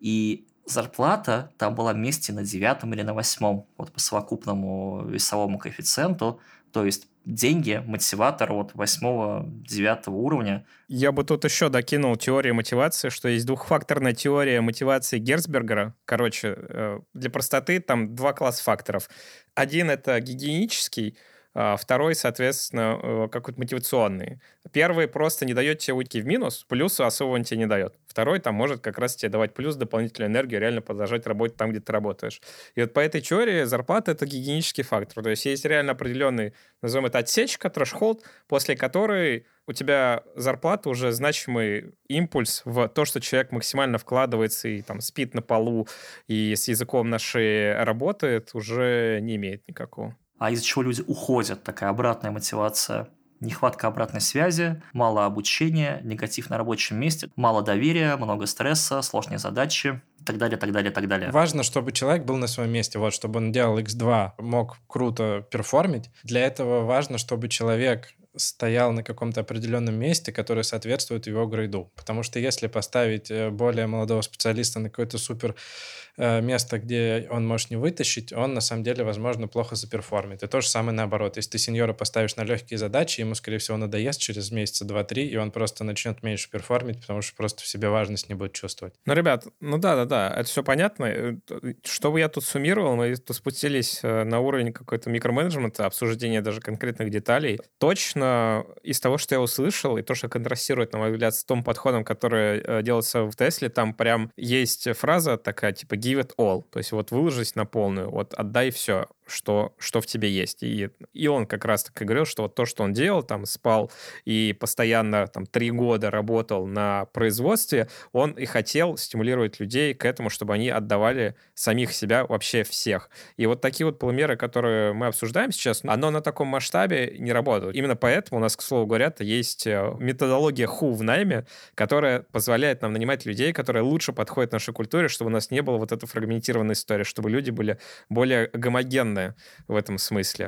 И зарплата там была вместе на девятом или на восьмом, вот по совокупному весовому коэффициенту. То есть деньги, мотиватор от восьмого-девятого уровня. Я бы тут еще докинул теорию мотивации, что есть двухфакторная теория мотивации Герцбергера. Короче, для простоты там два класса факторов. Один — это гигиенический, второй, соответственно, какой-то мотивационный. Первый просто не дает тебе уйти в минус, плюса особо он тебе не дает. Второй там может как раз тебе давать плюс, дополнительную энергию, реально продолжать работать там, где ты работаешь. И вот по этой теории зарплата — это гигиенический фактор. То есть есть реально определенный, назовем это, отсечка, трэшхолд, после которой у тебя зарплата уже значимый импульс в то, что человек максимально вкладывается и там спит на полу и с языком на шее работает, уже не имеет никакого. А из-за чего люди уходят, такая обратная мотивация. Нехватка обратной связи, мало обучения, негатив на рабочем месте, мало доверия, много стресса, сложные задачи и так далее, так далее, так далее. Важно, чтобы человек был на своем месте, вот, чтобы он делал икс два, мог круто перформить. Для этого важно, чтобы человек стоял на каком-то определенном месте, которое соответствует его грейду. Потому что если поставить более молодого специалиста на какое-то супер место, где он может не вытащить, он на самом деле, возможно, плохо заперформит. И то же самое наоборот. Если ты сеньора поставишь на легкие задачи, ему, скорее всего, надоест через месяца два-три, и он просто начнет меньше перформить, потому что просто в себе важность не будет чувствовать. Ну, ребят, ну да-да-да, это все понятно. Чтобы я тут суммировал, мы тут спустились на уровень какой-то микроменеджмента, обсуждения даже конкретных деталей. Точно из того, что я услышал, и то, что контрастирует, на мой взгляд, с том подходом, который делается в Тесле, там прям есть фраза такая, типа give it all, то есть вот выложись на полную, вот отдай все, что, что в тебе есть. И, и он как раз таки говорил, что вот то, что он делал, там спал и постоянно там три года работал на производстве, он и хотел стимулировать людей к этому, чтобы они отдавали самих себя, вообще всех. И вот такие вот полумеры, которые мы обсуждаем сейчас, оно на таком масштабе не работает. Именно поэтому у нас, к слову говоря, есть методология ху в найме, которая позволяет нам нанимать людей, которые лучше подходят нашей культуре, чтобы у нас не было вот этой фрагментированной истории, чтобы люди были более гомогенные в этом смысле.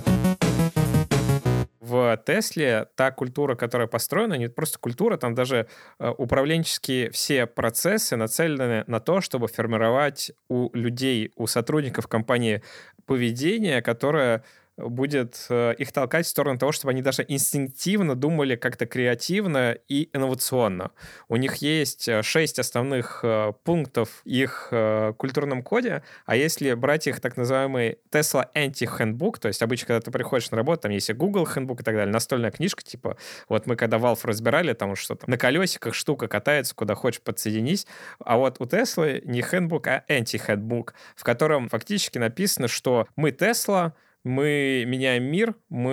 В Тесле та культура, которая построена, не просто культура, там даже управленческие все процессы нацелены на то, чтобы формировать у людей, у сотрудников компании поведение, которое будет их толкать в сторону того, чтобы они даже инстинктивно думали как-то креативно и инновационно. У них есть шесть основных пунктов в их культурном коде, а если брать их так называемый Tesla Anti-Handbook, то есть обычно, когда ты приходишь на работу, там есть и Google Handbook и так далее, настольная книжка, типа, вот мы когда Valve разбирали, там что-то на колесиках штука катается, куда хочешь подсоединись, а вот у Tesla не Handbook, а Anti-Handbook, в котором фактически написано, что мы Tesla, мы меняем мир,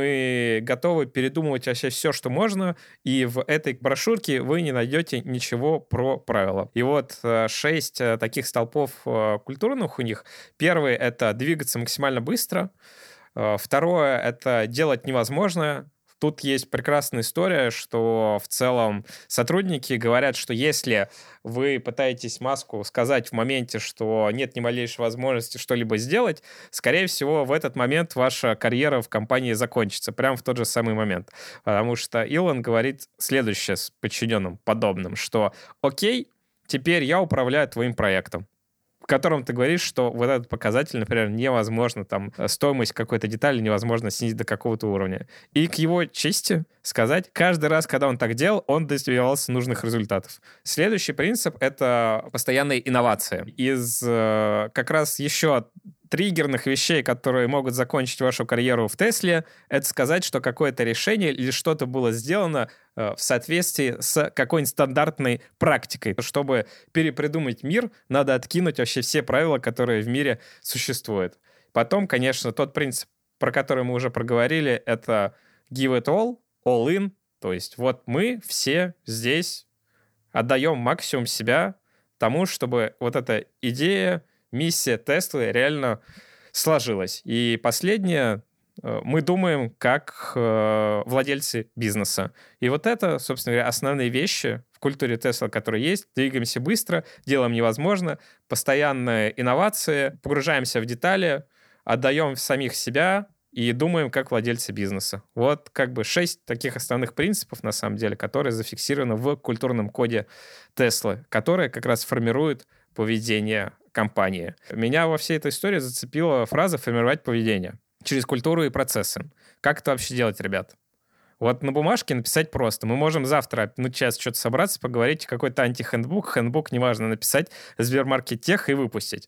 мы готовы передумывать вообще все, что можно, и в этой брошюрке вы не найдете ничего про правила. И вот э, шесть э, таких столпов э, культурных у них. Первый — это двигаться максимально быстро. Э, Второе — это делать невозможное. Тут есть прекрасная история, что в целом сотрудники говорят, что если вы пытаетесь Маску сказать в моменте, что нет ни малейшей возможности что-либо сделать, скорее всего, в этот момент ваша карьера в компании закончится, прямо в тот же самый момент. Потому что Илон говорит следующее с подчиненным подобным, что «Окей, теперь я управляю твоим проектом», в котором ты говоришь, что вот этот показатель, например, невозможно, там, стоимость какой-то детали невозможно снизить до какого-то уровня. И к его чести сказать, каждый раз, когда он так делал, он добивался нужных результатов. Следующий принцип — это постоянные инновации. Из э, как раз еще триггерных вещей, которые могут закончить вашу карьеру в Тесле, это сказать, что какое-то решение или что-то было сделано э, в соответствии с какой-нибудь стандартной практикой. Чтобы перепридумать мир, надо откинуть вообще все правила, которые в мире существуют. Потом, конечно, тот принцип, про который мы уже проговорили, это give it all, all in. То есть вот мы все здесь отдаем максимум себя тому, чтобы вот эта идея, миссия Теслы реально сложилась. И последнее, мы думаем как владельцы бизнеса. И вот это, собственно говоря, основные вещи в культуре Тесла, которые есть. Двигаемся быстро, делаем невозможно, постоянные инновации, погружаемся в детали, отдаем самих себя и думаем как владельцы бизнеса. Вот как бы шесть таких основных принципов, на самом деле, которые зафиксированы в культурном коде Теслы, которые как раз формируют поведение компании. Меня во всей этой истории зацепила фраза «формировать поведение» через культуру и процессы. Как это вообще делать, ребят? Вот на бумажке написать просто. Мы можем завтра, ну, час что-то собраться, поговорить, какой-то антихендбук, хендбук, неважно, написать, Сбермаркет Тех и выпустить.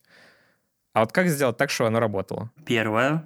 А вот как сделать так, чтобы оно работало? Первое,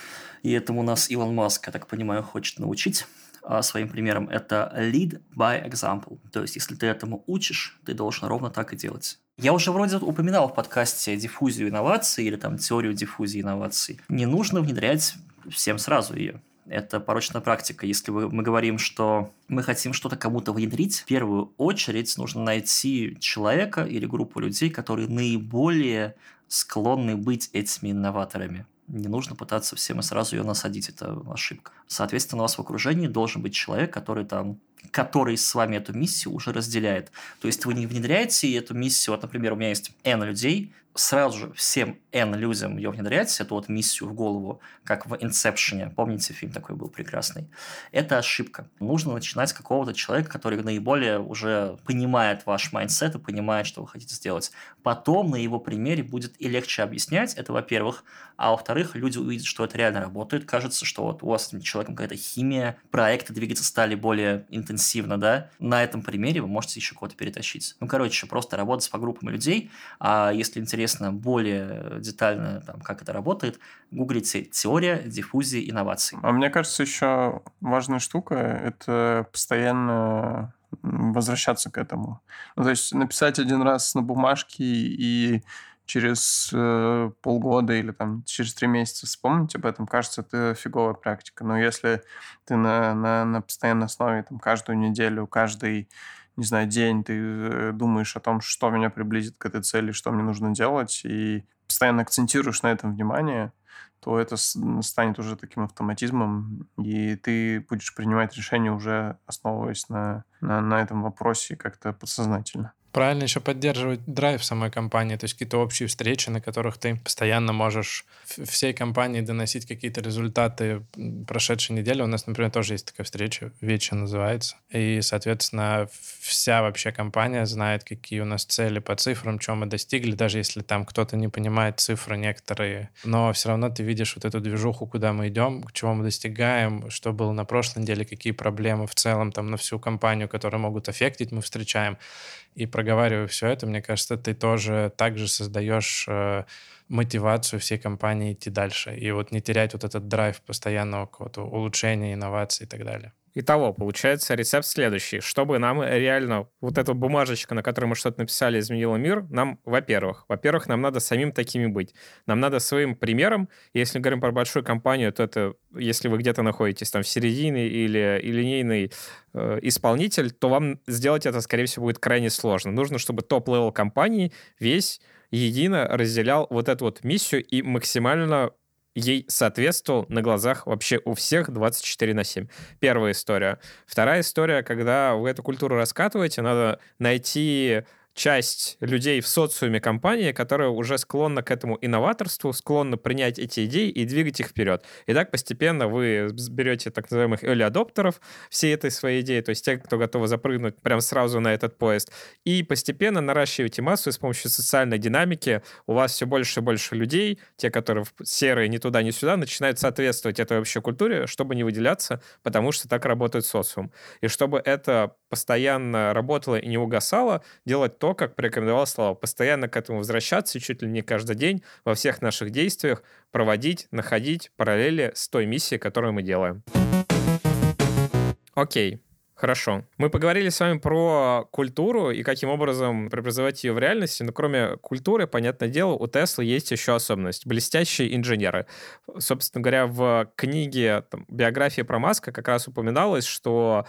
и этому нас Илон Маск, я так понимаю, хочет научить своим примером, это lead by example. То есть, если ты этому учишь, ты должен ровно так и делать. Я уже вроде упоминал в подкасте диффузию инноваций или там теорию диффузии инноваций. Не нужно внедрять всем сразу ее. Это порочная практика. Если мы говорим, что мы хотим что-то кому-то внедрить, в первую очередь нужно найти человека или группу людей, которые наиболее склонны быть этими инноваторами. Не нужно пытаться всем и сразу ее насадить, это ошибка. Соответственно, у вас в окружении должен быть человек, который там, который с вами эту миссию уже разделяет. То есть вы не внедряете эту миссию, вот, например, у меня есть N людей, сразу же всем N людям ее внедрять, эту вот миссию в голову, как в «Инсепшене». Помните, фильм такой был прекрасный? Это ошибка. Нужно начинать с какого-то человека, который наиболее уже понимает ваш майндсет и понимает, что вы хотите сделать. Потом на его примере будет и легче объяснять, это во-первых. А во-вторых, люди увидят, что это реально работает. Кажется, что вот у вас с этим человеком какая-то химия, проекты двигаться стали более интенсивно, да? На этом примере вы можете еще кого-то перетащить. Ну, короче, просто работать по группам людей. А если интересно более детально, там, как это работает, гуглите «Теория диффузии инноваций». А мне кажется, еще важная штука — это постоянно возвращаться к этому. Ну, то есть написать один раз на бумажке и через э, полгода или там через три месяца вспомнить об этом, кажется, это фиговая практика. Но если ты на, на, на постоянной основе там, каждую неделю, каждый, не знаю, день ты думаешь о том, что меня приблизит к этой цели, что мне нужно делать, и постоянно акцентируешь на этом внимание, то это станет уже таким автоматизмом, и ты будешь принимать решения уже основываясь на, на, на этом вопросе как-то подсознательно. Правильно еще поддерживать драйв самой компании, то есть какие-то общие встречи, на которых ты постоянно можешь всей компании доносить какие-то результаты прошедшей недели. У нас, например, тоже есть такая встреча, Вече называется. И, соответственно, вся вообще компания знает, какие у нас цели по цифрам, чего мы достигли, даже если там кто-то не понимает цифры некоторые. Но все равно ты видишь вот эту движуху, куда мы идем, чего мы достигаем, что было на прошлой неделе, какие проблемы в целом там на всю компанию, которые могут аффектить, мы встречаем. И проговаривая все это, мне кажется, ты тоже также создаешь э, мотивацию всей компании идти дальше. И вот не терять вот этот драйв постоянного какого-то улучшения, инноваций и так далее. Итого, получается, рецепт следующий. Чтобы нам реально вот эта бумажечка, на которой мы что-то написали, изменила мир, нам, во-первых, во-первых, нам надо самим такими быть. Нам надо своим примером. Если говорим про большую компанию, то это, если вы где-то находитесь там в середине или и линейный э, исполнитель, то вам сделать это, скорее всего, будет крайне сложно. Нужно, чтобы топ-левел компании весь едино разделял вот эту вот миссию и максимально ей соответствовал на глазах вообще у всех двадцать четыре на семь. Первая история. Вторая история, когда вы эту культуру раскатываете, надо найти часть людей в социуме компании, которая уже склонна к этому инноваторству, склонна принять эти идеи и двигать их вперед. И так постепенно вы берете так называемых early адоптеров всей этой своей идеи, то есть тех, кто готовы запрыгнуть прям сразу на этот поезд, и постепенно наращиваете массу, и с помощью социальной динамики у вас все больше и больше людей, те, которые серые ни туда, ни сюда, начинают соответствовать этой общей культуре, чтобы не выделяться, потому что так работает социум. И чтобы это постоянно работало и не угасало, делать то, как порекомендовал Слава, постоянно к этому возвращаться, чуть ли не каждый день во всех наших действиях проводить, находить параллели с той миссией, которую мы делаем. Окей. Хорошо. Мы поговорили с вами про культуру и каким образом преобразовать ее в реальности, но кроме культуры, понятное дело, у Теслы есть еще особенность. Блестящие инженеры. Собственно говоря, в книге там, биографии про Маска как раз упоминалось, что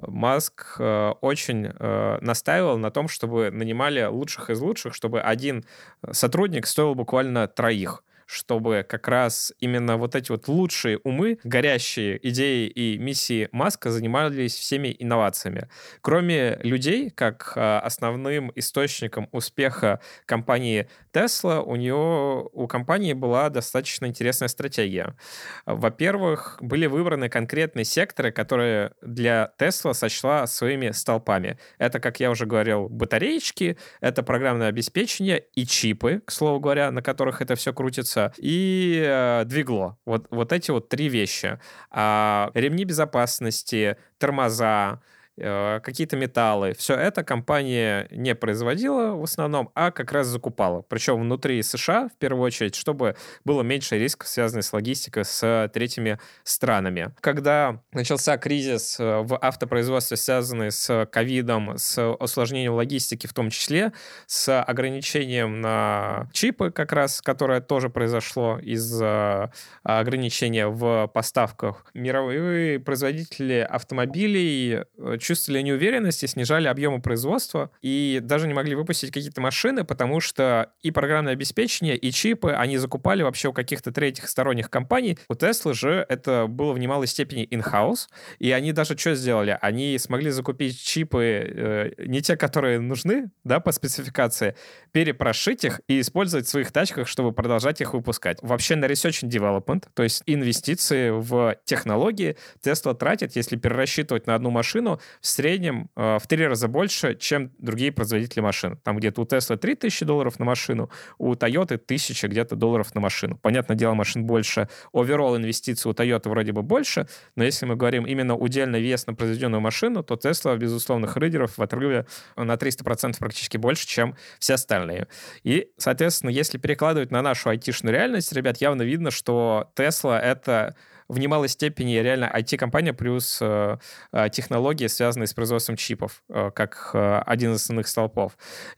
Маск э, очень э, настаивал на том, чтобы нанимали лучших из лучших, чтобы один сотрудник стоил буквально троих, чтобы как раз именно вот эти вот лучшие умы, горящие идеи и миссии Маска занимались всеми инновациями. Кроме людей, как основным источником успеха компании Tesla, у нее, у компании была достаточно интересная стратегия. Во-первых, были выбраны конкретные секторы, которые для Tesla сочла своими столпами. Это, как я уже говорил, батареечки, это программное обеспечение и чипы, к слову говоря, на которых это все крутится, и э, двигло. Вот, вот эти вот три вещи. А, ремни безопасности, тормоза, э, какие-то металлы. Все это компания не производила в основном, а как раз закупала. Причем внутри США, в первую очередь, чтобы было меньше рисков, связанных с логистикой с третьими странами. Когда начался кризис в автопроизводстве, связанный с ковидом, с осложнением логистики в том числе, с ограничением на чипы как раз, которое тоже произошло из-за ограничения в поставках, мировые производители автомобилей чувствовали неуверенность и снижали объемы производства, и даже не могли выпустить какие-то машины, потому что и программное обеспечение, и чипы они закупали вообще у каких-то третьих сторонних компаний. У Tesla же это было в немалой степени in-house, и они даже что сделали? Они смогли закупить чипы э, не те, которые нужны, да, по спецификации, перепрошить их и использовать в своих тачках, чтобы продолжать их выпускать. Вообще на research and development, то есть инвестиции в технологии, Tesla тратит, если перерасчитывать на одну машину, в среднем э, в три раза больше, чем другие производители машин. Там где-то у Tesla три тысячи долларов на машину, у Toyota тысяча где-то долларов на машину. Понятное дело, машин больше. Оверолл инвестиций у Toyota вроде бы больше, но если мы говорим именно удельный вес на произведенную машину, то Tesla, безусловных лидеров в отрыве на триста процентов практически больше, чем все остальные. И, соответственно, если перекладывать на нашу айтишную реальность, ребят, явно видно, что Tesla — это в немалой степени реально ай ти-компания плюс э, технологии, связанные с производством чипов, э, как э, один из основных столпов.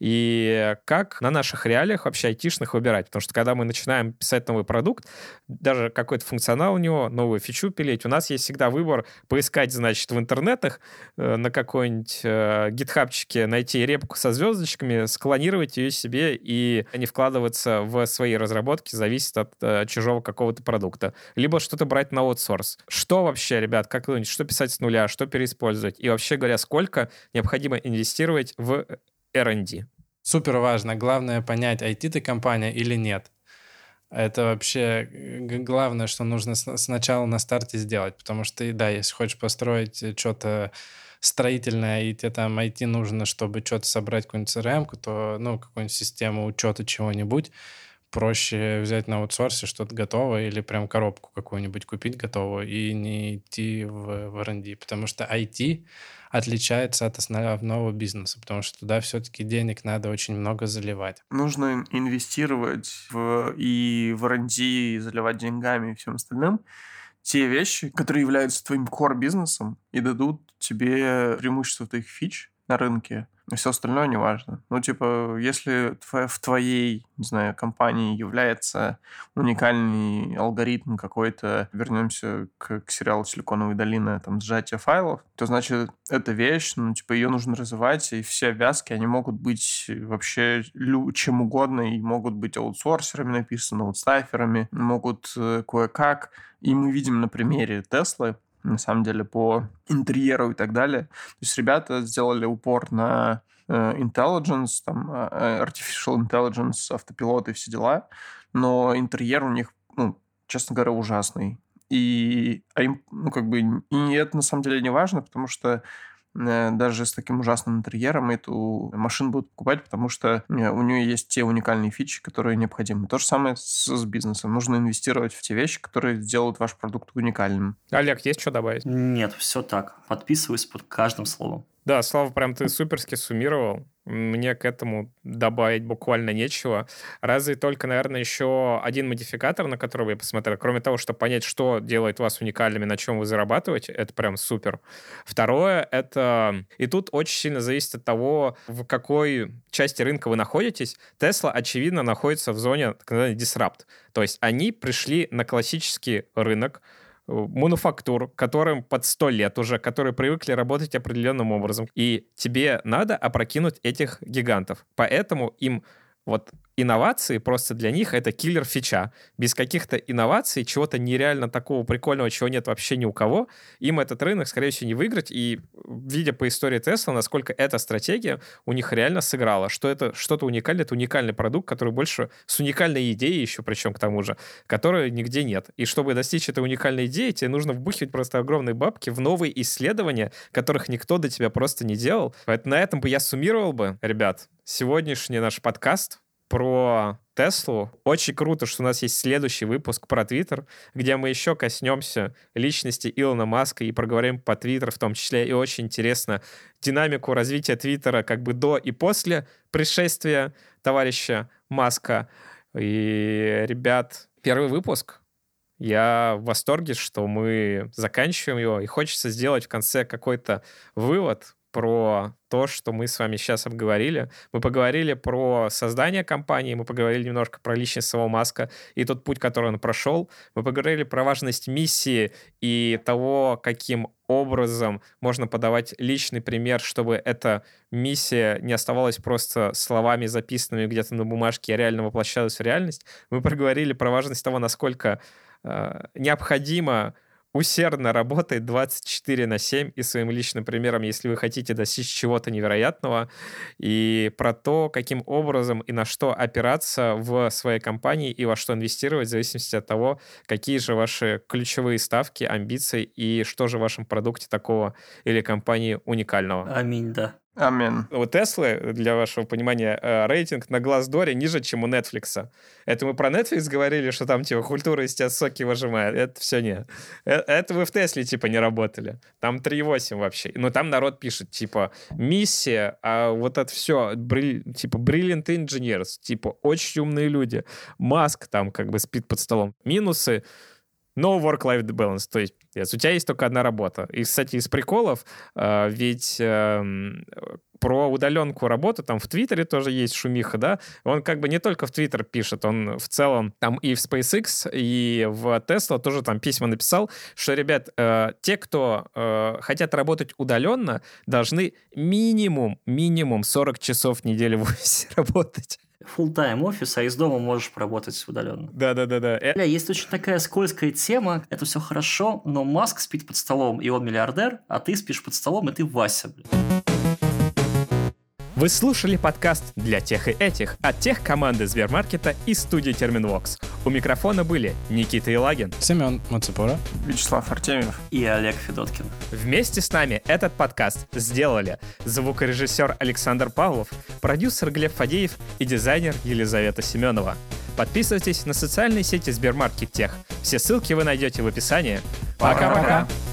И как на наших реалиях вообще айтишных выбирать? Потому что когда мы начинаем писать новый продукт, даже какой-то функционал у него, новую фичу пилить, у нас есть всегда выбор поискать, значит, в интернетах э, на какой-нибудь э, гитхабчике найти репку со звездочками, склонировать ее себе и не вкладываться в свои разработки, зависит от э, чужого какого-то продукта. Либо что-то брать на аутсорс. Что вообще, ребят, как вы думаете, что писать с нуля, что переиспользовать? И вообще говоря, сколько необходимо инвестировать в эр энд ди? Супер важно. Главное понять, ай ти ты компания или нет. Это вообще главное, что нужно сначала на старте сделать. Потому что, да, если хочешь построить что-то строительное, и тебе там ай ти нужно, чтобы что-то собрать, какую-нибудь си эр эм-ку, то, ну, какую-нибудь систему учета чего-нибудь, проще взять на аутсорсе что-то готовое или прям коробку какую-нибудь купить готовую и не идти в, в эр энд ди, потому что ай ти отличается от основного бизнеса, потому что туда все-таки денег надо очень много заливать. Нужно инвестировать в, и в эр энд ди, и заливать деньгами и всем остальным те вещи, которые являются твоим core-бизнесом и дадут тебе преимущество твоих фич на рынке. И все остальное не важно. Ну, типа, если в твоей, не знаю, компании является уникальный алгоритм какой-то, вернемся к, к сериалу «Силиконовая долина», там, сжатие файлов, то, значит, эта вещь, ну, типа, ее нужно развивать, и все обвязки, они могут быть вообще лю- чем угодно, и могут быть аутсорсерами написаны, аутстаферами, могут э, кое-как. И мы видим на примере Теслы, на самом деле, по интерьеру и так далее. То есть ребята сделали упор на э, intelligence, там, э, artificial intelligence, автопилот и все дела, но интерьер у них, ну, честно говоря, ужасный. И, а им, ну, как бы, и это на самом деле не важно, потому что э, даже с таким ужасным интерьером эту машину будут покупать, потому что э, у нее есть те уникальные фичи, которые необходимы. То же самое с, с бизнесом. Нужно инвестировать в те вещи, которые сделают ваш продукт уникальным. Олег, есть что добавить? Нет, все так. Подписываюсь под каждым словом. Да, Слава, прям ты суперски суммировал. Мне к этому добавить буквально нечего. Разве только, наверное, еще один модификатор, на который я посмотрел, кроме того, чтобы понять, что делает вас уникальными, на чем вы зарабатываете, это прям супер. Второе, это... И тут очень сильно зависит от того, в какой части рынка вы находитесь. Tesla, очевидно, находится в зоне, так называемый, disrupt. То есть они пришли на классический рынок, мануфактур, которым под сто лет уже, которые привыкли работать определенным образом. И тебе надо опрокинуть этих гигантов. Поэтому им вот инновации просто для них это киллер-фича. Без каких-то инноваций, чего-то нереально такого прикольного, чего нет вообще ни у кого, им этот рынок, скорее всего, не выиграть. И видя по истории Tesla, насколько эта стратегия у них реально сыграла, что это что-то уникальное, это уникальный продукт, который больше с уникальной идеей еще, причем к тому же, которой нигде нет. И чтобы достичь этой уникальной идеи, тебе нужно вбухивать просто огромные бабки в новые исследования, которых никто до тебя просто не делал. Поэтому на этом бы я суммировал бы, ребят, сегодняшний наш подкаст про Теслу. Очень круто, что у нас есть следующий выпуск про Твиттер, где мы еще коснемся личности Илона Маска и проговорим по Твиттер в том числе. И очень интересно динамику развития Твиттера как бы до и после пришествия товарища Маска. И, ребят, первый выпуск. Я в восторге, что мы заканчиваем его, и хочется сделать в конце какой-то вывод про то, что мы с вами сейчас обговорили. Мы поговорили про создание компании, мы поговорили немножко про личность самого Маска и тот путь, который он прошел. Мы поговорили про важность миссии и того, каким образом можно подавать личный пример, чтобы эта миссия не оставалась просто словами, записанными где-то на бумажке, а реально воплощалась в реальность. Мы поговорили про важность того, насколько э, необходимо усердно работает двадцать четыре на семь и своим личным примером, если вы хотите достичь чего-то невероятного, и про то, каким образом и на что опираться в своей компании и во что инвестировать в зависимости от того, какие же ваши ключевые ставки, амбиции и что же в вашем продукте такого или компании уникального. Аминь, да. Амин. У Теслы, для вашего понимания, рейтинг на Glassdoor ниже, чем у Netflix. Это мы про Netflix говорили, что там типа культура из тебя соки выжимает. Это все нет. Это вы в Тесле типа не работали. Там три и восемь вообще. Но там народ пишет типа миссия, а вот это все бриль, типа brilliant engineers, типа очень умные люди. Маск там как бы спит под столом. Минусы no work-life balance, то есть yes, у тебя есть только одна работа. И, кстати, из приколов, э, ведь э, про удаленку работы, там в Твиттере тоже есть шумиха, да, он как бы не только в Твиттер пишет, он в целом там и в SpaceX, и в Tesla тоже там письма написал, что, ребят, э, те, кто э, хотят работать удаленно, должны минимум, минимум сорок часов в неделю в офисе работать. Full-time офис, а из дома можешь поработать удаленно. Да-да-да-да. Бля, есть очень такая скользкая тема, это все хорошо, но Маск спит под столом, и он миллиардер, а ты спишь под столом, и ты Вася, бля. Вы слушали подкаст «Для тех и этих» от тех команды Сбермаркета и студии Терминвокс. У микрофона были Никита Елагин, Семен Мацепура, Вячеслав Артемьев И Олег Федоткин. Вместе с нами этот подкаст сделали звукорежиссер Александр Павлов, продюсер Глеб Фадеев и дизайнер Елизавета Семенова. Подписывайтесь на социальные сети Сбермаркет Тех. Все ссылки вы найдете в описании. Пока-пока!